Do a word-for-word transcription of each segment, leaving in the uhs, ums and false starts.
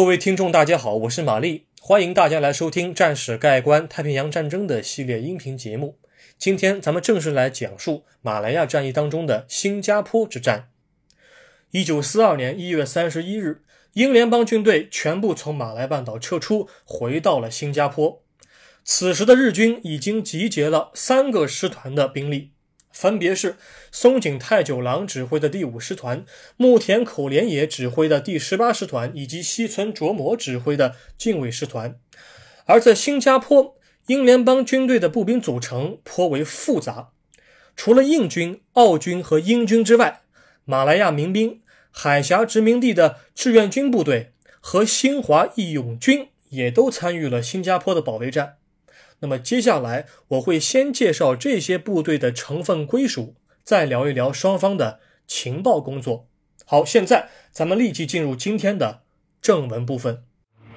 位听众大家好，我是玛丽，欢迎大家来收听战史概观太平洋战争的系列音频节目。今天咱们正式来讲述马来亚战役当中的新加坡之战。一九四二年一月三十一日，英联邦军队全部从马来半岛撤出，回到了新加坡。此时的日军已经集结了三个师团的兵力，分别是松井泰九郎指挥的第五师团、木田口莲也指挥的第十八师团，以及西村琢磨指挥的近卫师团。而在新加坡，英联邦军队的步兵组成颇为复杂，除了印军、澳军和英军之外，马来亚民兵、海峡殖民地的志愿军部队和新华义勇军也都参与了新加坡的保卫战。那么接下来我会先介绍这些部队的成分归属，再聊一聊双方的情报工作。好，现在咱们立即进入今天的正文部分。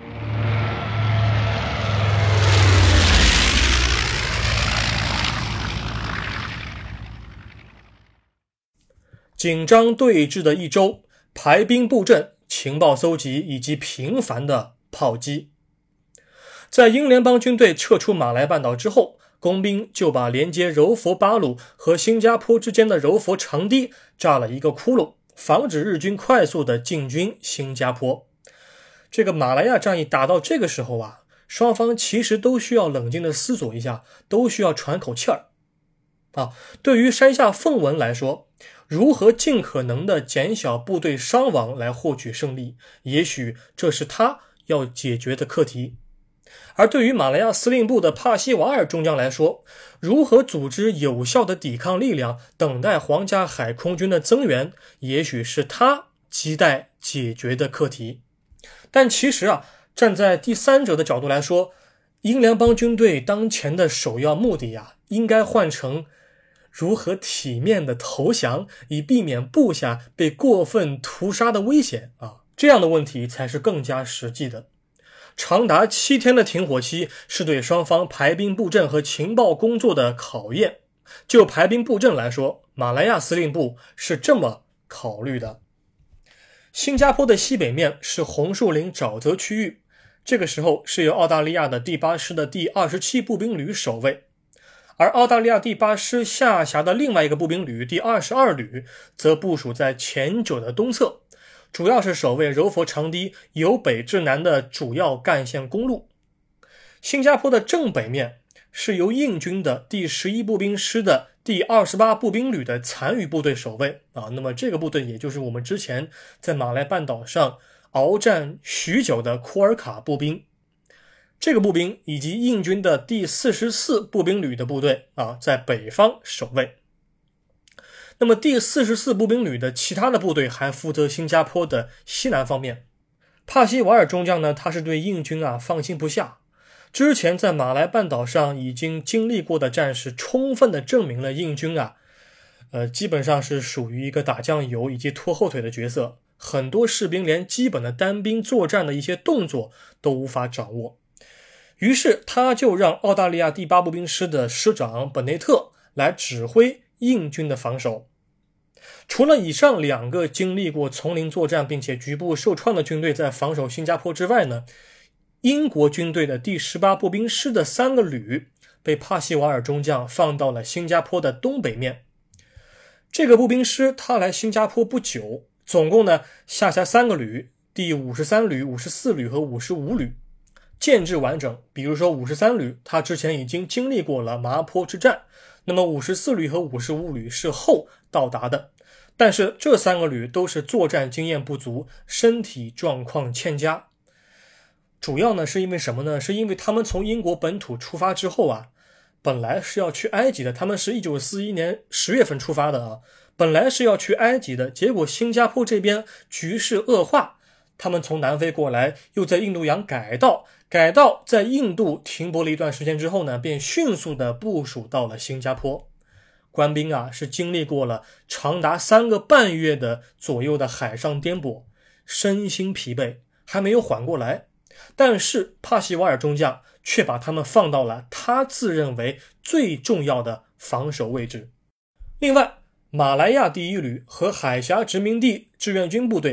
紧张对峙的一周，排兵布阵、情报搜集以及频繁的炮击。在英联邦军队撤出马来半岛之后，工兵就把连接柔佛巴鲁和新加坡之间的柔佛长堤炸了一个窟窿，防止日军快速的进军新加坡。这个马来亚战役打到这个时候啊，双方其实都需要冷静的思索一下，都需要喘口气儿。啊，对于山下奉文来说，如何尽可能的减小部队伤亡来获取胜利，也许这是他要解决的课题。而对于马来亚司令部的帕西瓦尔中将来说，如何组织有效的抵抗力量，等待皇家海空军的增援，也许是他亟待解决的课题。但其实啊，站在第三者的角度来说，英联邦军队当前的首要目的啊，应该换成如何体面的投降，以避免部下被过分屠杀的危险啊，这样的问题才是更加实际的。长达七天的停火期是对双方排兵布阵和情报工作的考验。就排兵布阵来说，马来亚司令部是这么考虑的：新加坡的西北面是红树林沼泽区域，这个时候是由澳大利亚的第八师的第二十七步兵旅守卫，而澳大利亚第八师下辖的另外一个步兵旅第二十二旅则部署在前者的东侧，主要是守卫柔佛长堤由北至南的主要干线公路。新加坡的正北面是由印军的第十一步兵师的第二十八步兵旅的残余部队守卫啊，那么这个部队也就是我们之前在马来半岛上鏖战许久的库尔卡步兵。这个步兵以及印军的第四十四步兵旅的部队啊，在北方守卫。那么第四十四步兵旅的其他的部队还负责新加坡的西南方面。帕西瓦尔中将呢，他是对印军啊放心不下。之前在马来半岛上已经经历过的战事，充分的证明了印军啊，呃，基本上是属于一个打酱油以及拖后腿的角色。很多士兵连基本的单兵作战的一些动作都无法掌握。于是他就让澳大利亚第八步兵师的师长本内特来指挥印军的防守。除了以上两个经历过丛林作战并且局部受创的军队在防守新加坡之外呢，英国军队的第十八步兵师的三个旅被帕西瓦尔中将放到了新加坡的东北面。这个步兵师他来新加坡不久，总共呢下辖三个旅，第五十三旅、五十四旅和五十五旅，建制完整。比如说五十三旅他之前已经经历过了麻坡之战，那么五十四旅和五十五旅是后到达的，但是这三个旅都是作战经验不足，身体状况欠佳。主要呢是因为什么呢？是因为他们从英国本土出发之后啊，本来是要去埃及的，他们是一九四一年十月份出发的啊，本来是要去埃及的，结果新加坡这边局势恶化，他们从南非过来，又在印度洋改道，改道在印度停泊了一段时间之后呢，便迅速的部署到了新加坡。官兵啊是经历过了长达三个半月的左右的海上颠簸，身心疲惫，还没有缓过来。但是帕西瓦尔中将却把他们放到了他自认为最重要的防守位置。另外，马来亚第一旅和海峡殖民地志愿军部队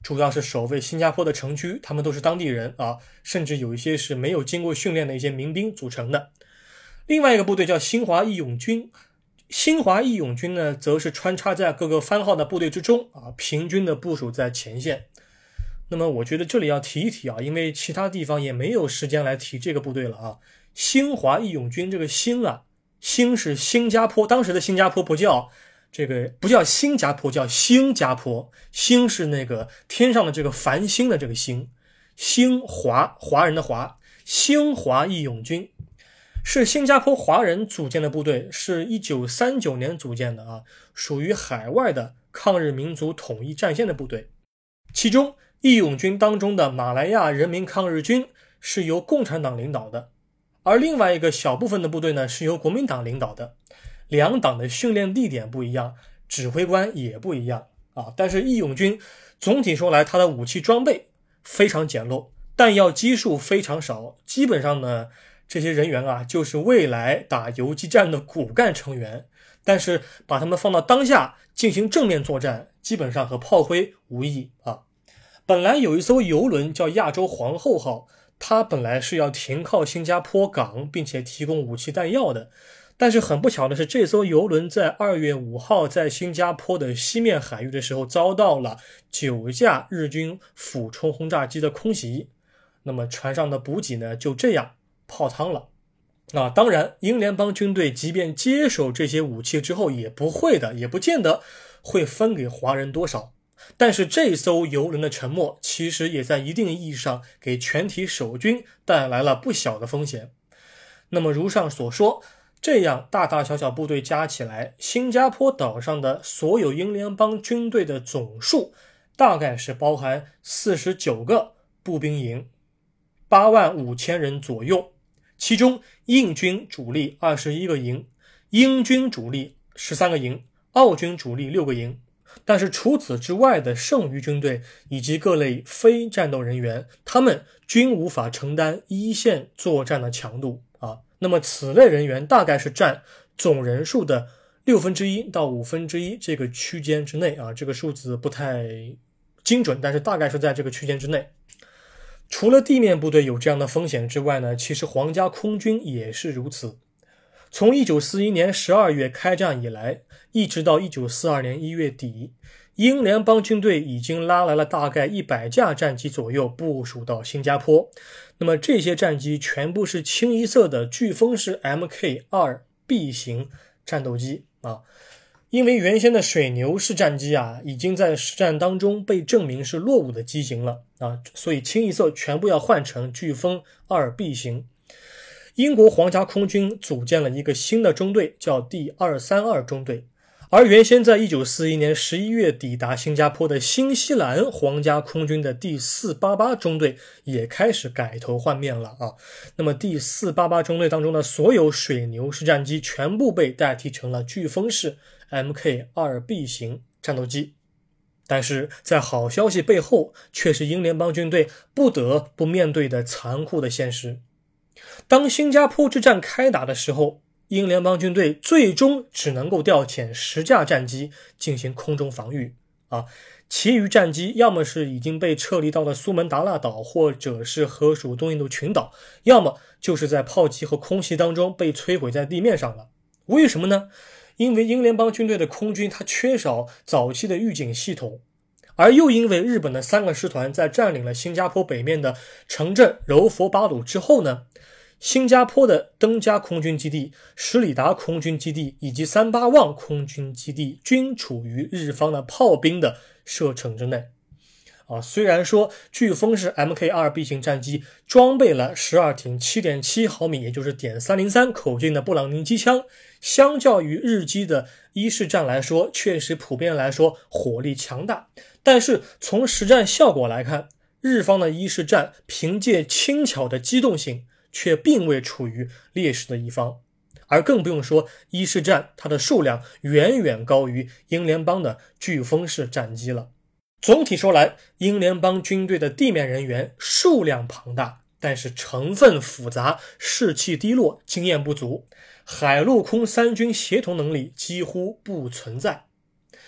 主要是守卫新加坡的城区，他们都是当地人啊，甚至有一些是没有经过训练的一些民兵组成的。另外一个部队叫新华义勇军，新华义勇军呢，则是穿插在各个番号的部队之中啊，平均的部署在前线。那么我觉得这里要提一提啊，因为其他地方也没有时间来提这个部队了啊。新华义勇军这个新啊，新是新加坡，当时的新加坡不叫这个不叫新加坡，叫新加坡。新是那个天上的这个繁星的这个星，新华华人的华，新华义勇军是新加坡华人组建的部队，是一九三九年组建的啊，属于海外的抗日民族统一战线的部队。其中义勇军当中的马来亚人民抗日军是由共产党领导的，而另外一个小部分的部队呢是由国民党领导的。两党的训练地点不一样，指挥官也不一样啊。但是义勇军总体说来，它的武器装备非常简陋，弹药基数非常少，基本上呢这些人员啊就是未来打游击战的骨干成员，但是把他们放到当下进行正面作战，基本上和炮灰无异啊。本来有一艘游轮叫亚洲皇后号，它本来是要停靠新加坡港，并且提供武器弹药的。但是很不巧的是，这艘游轮在二月五号在新加坡的西面海域的时候遭到了九架日军俯冲轰炸机的空袭，那么船上的补给呢就这样泡汤了啊。当然英联邦军队即便接手这些武器之后，也不会的也不见得会分给华人多少。但是这艘游轮的沉没其实也在一定意义上给全体守军带来了不小的风险。那么如上所说，这样大大小小部队加起来，新加坡岛上的所有英联邦军队的总数大概是包含四十九个步兵营，八万五千人左右，其中印军主力二十一个营，英军主力十三个营，澳军主力六个营。但是除此之外的剩余军队以及各类非战斗人员，他们均无法承担一线作战的强度啊。那么此类人员大概是占总人数的六分之一到五分之一这个区间之内啊，这个数字不太精准，但是大概是在这个区间之内。除了地面部队有这样的风险之外呢，其实皇家空军也是如此。从一九四一年十二月开战以来，一直到一九四二年一月底，英联邦军队已经拉来了大概一百架战机左右部署到新加坡。那么这些战机全部是清一色的飓风式 M K 二 B 型战斗机啊。因为原先的水牛式战机啊，已经在实战当中被证明是落伍的机型了啊，所以清一色全部要换成飓风 二 B 型。英国皇家空军组建了一个新的中队，叫第二三二中队。而原先在一九四一年十一月抵达新加坡的新西兰皇家空军的第四八八中队也开始改头换面了啊。那么第四八八中队当中的所有水牛式战机全部被代替成了飓风式 M K 二 B 型战斗机。但是在好消息背后，却是英联邦军队不得不面对的残酷的现实。当新加坡之战开打的时候，英联邦军队最终只能够调遣十架战机进行空中防御啊，其余战机要么是已经被撤离到了苏门答腊岛，或者是荷属东印度群岛，要么就是在炮击和空袭当中被摧毁在地面上了。为什么呢？因为英联邦军队的空军它缺少早期的预警系统，而又因为日本的三个师团在占领了新加坡北面的城镇柔佛巴鲁之后呢，新加坡的登嘉空军基地、史里达空军基地以及三八旺空军基地均处于日方的炮兵的射程之内。啊，虽然说飓风式 M K 二 B 型战机装备了十二挺 七点七毫米，也就是点三零三口径的布朗宁机枪，相较于日机的伊式战来说，确实普遍来说火力强大。但是从实战效果来看，日方的伊式战凭借轻巧的机动性却并未处于劣势的一方，而更不用说伊式战它的数量远远高于英联邦的飓风式战机了。总体说来，英联邦军队的地面人员数量庞大，但是成分复杂，士气低落，经验不足，海陆空三军协同能力几乎不存在。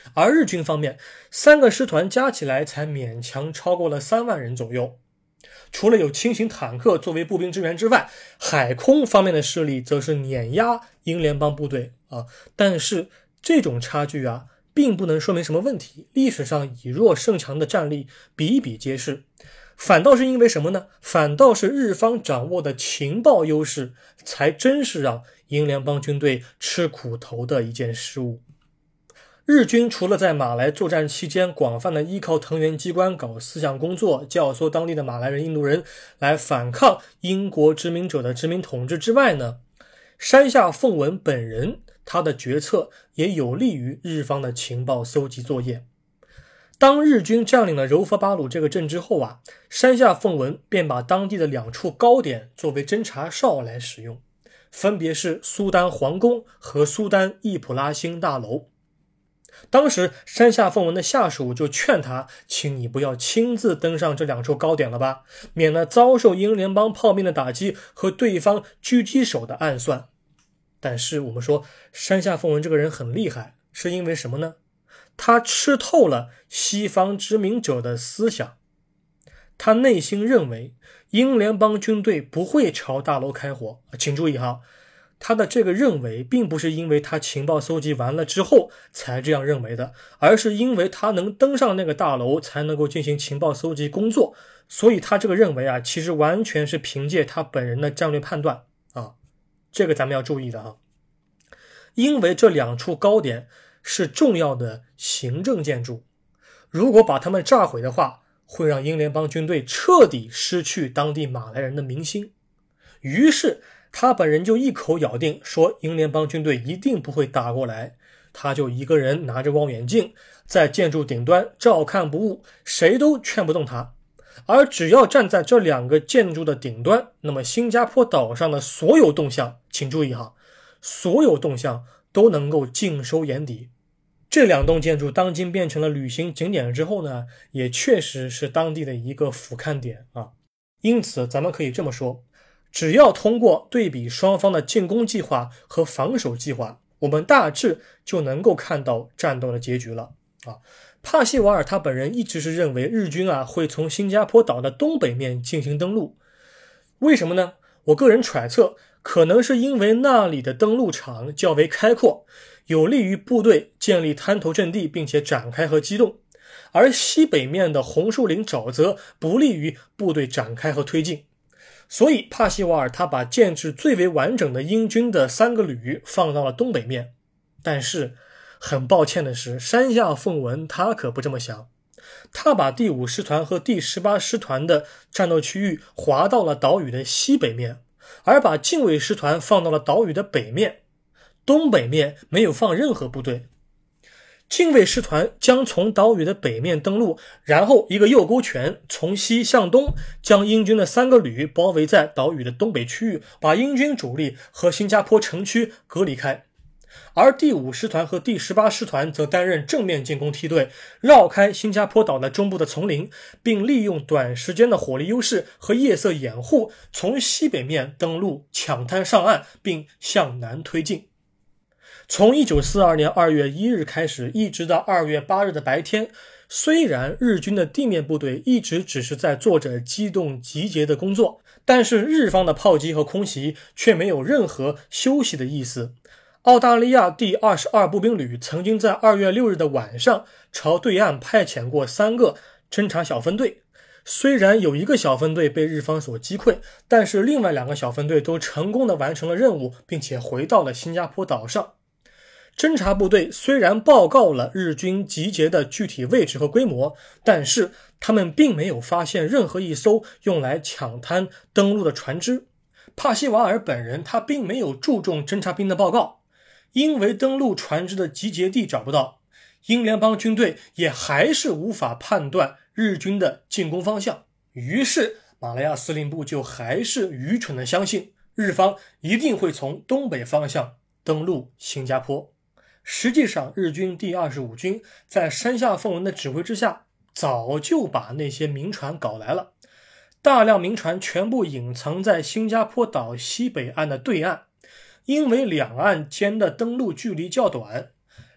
而日军方面，三个师团加起来才勉强超过了三万人左右。除了有轻型坦克作为步兵支援之外，海空方面的势力则是碾压英联邦部队啊。但是这种差距啊，并不能说明什么问题。历史上以弱胜强的战例比比皆是，反倒是因为什么呢？反倒是日方掌握的情报优势，才真是让英联邦军队吃苦头的一件事物。日军除了在马来作战期间广泛的依靠藤原机关搞思想工作，教唆当地的马来人、印度人来反抗英国殖民者的殖民统治之外呢，山下奉文本人他的决策也有利于日方的情报搜集作业。当日军占领了柔佛巴鲁这个镇之后啊，山下奉文便把当地的两处高点作为侦察哨来使用，分别是苏丹皇宫和苏丹易普拉星大楼。当时山下奉文的下属就劝他，请你不要亲自登上这两处高点了吧，免得遭受英联邦炮兵的打击和对方狙击手的暗算。但是我们说山下奉文这个人很厉害，是因为什么呢？他吃透了西方殖民者的思想，他内心认为英联邦军队不会朝大楼开火。请注意哈，他的这个认为并不是因为他情报搜集完了之后才这样认为的，而是因为他能登上那个大楼才能够进行情报搜集工作，所以他这个认为啊，其实完全是凭借他本人的战略判断啊，这个咱们要注意的啊。因为这两处高点是重要的行政建筑，如果把它们炸毁的话，会让英联邦军队彻底失去当地马来人的民心。于是他本人就一口咬定说英联邦军队一定不会打过来，他就一个人拿着望远镜在建筑顶端照看不误，谁都劝不动他。而只要站在这两个建筑的顶端，那么新加坡岛上的所有动向，请注意哈，所有动向都能够尽收眼底。这两栋建筑当今变成了旅行景点之后呢，也确实是当地的一个俯瞰点啊。因此咱们可以这么说，只要通过对比双方的进攻计划和防守计划，我们大致就能够看到战斗的结局了啊。帕西瓦尔他本人一直是认为日军啊会从新加坡岛的东北面进行登陆，为什么呢？我个人揣测，可能是因为那里的登陆场较为开阔，有利于部队建立滩头阵地并且展开和机动，而西北面的红树林沼泽不利于部队展开和推进。所以帕西瓦尔他把建制最为完整的英军的三个旅放到了东北面。但是很抱歉的是，山下奉文他可不这么想，他把第五师团和第十八师团的战斗区域划到了岛屿的西北面，而把近卫师团放到了岛屿的北面，东北面没有放任何部队。近卫师团将从岛屿的北面登陆，然后一个右勾拳从西向东将英军的三个旅包围在岛屿的东北区域，把英军主力和新加坡城区隔离开。而第五师团和第十八师团则担任正面进攻梯队，绕开新加坡岛的中部的丛林，并利用短时间的火力优势和夜色掩护，从西北面登陆抢滩上岸，并向南推进。从一九四二年二月一日开始，一直到二月八日的白天，虽然日军的地面部队一直只是在做着机动集结的工作，但是日方的炮击和空袭却没有任何休息的意思。澳大利亚第二十二步兵旅曾经在二月六日的晚上朝对岸派遣过三个侦察小分队，虽然有一个小分队被日方所击溃，但是另外两个小分队都成功的完成了任务，并且回到了新加坡岛上。侦察部队虽然报告了日军集结的具体位置和规模，但是他们并没有发现任何一艘用来抢滩登陆的船只。帕西瓦尔本人他并没有注重侦察兵的报告，因为登陆船只的集结地找不到，英联邦军队也还是无法判断日军的进攻方向，于是马来亚司令部就还是愚蠢的相信日方一定会从东北方向登陆新加坡。实际上日军第二十五军在山下奉文的指挥之下，早就把那些民船搞来了，大量民船全部隐藏在新加坡岛西北岸的对岸。因为两岸间的登陆距离较短，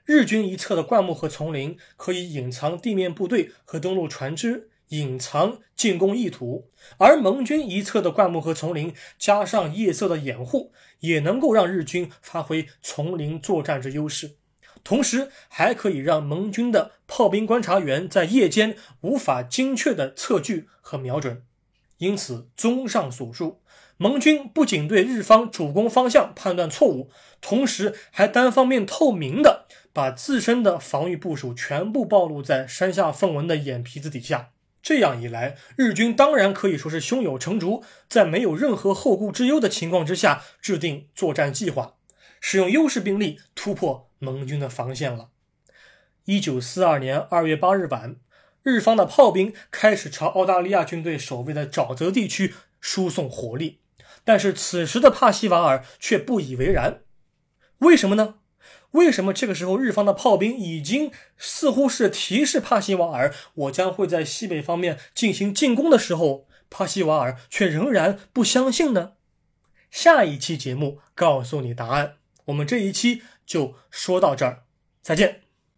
日军一侧的灌木和丛林可以隐藏地面部队和登陆船只，隐藏进攻意图，而盟军一侧的灌木和丛林加上夜色的掩护，也能够让日军发挥丛林作战之优势，同时还可以让盟军的炮兵观察员在夜间无法精确的测距和瞄准。因此，综上所述，盟军不仅对日方主攻方向判断错误，同时还单方面透明的把自身的防御部署全部暴露在山下奉文的眼皮子底下。这样一来，日军当然可以说是胸有成竹，在没有任何后顾之忧的情况之下制定作战计划，使用优势兵力突破盟军的防线了。一九四二年二月八日晚，日方的炮兵开始朝澳大利亚军队守卫的沼泽地区输送火力，但是此时的帕西瓦尔却不以为然。为什么呢？为什么这个时候日方的炮兵已经似乎是提示帕西瓦尔我将会在西北方面进行进攻的时候，帕西瓦尔却仍然不相信呢？下一期节目告诉你答案。我们这一期就说到这儿，再见。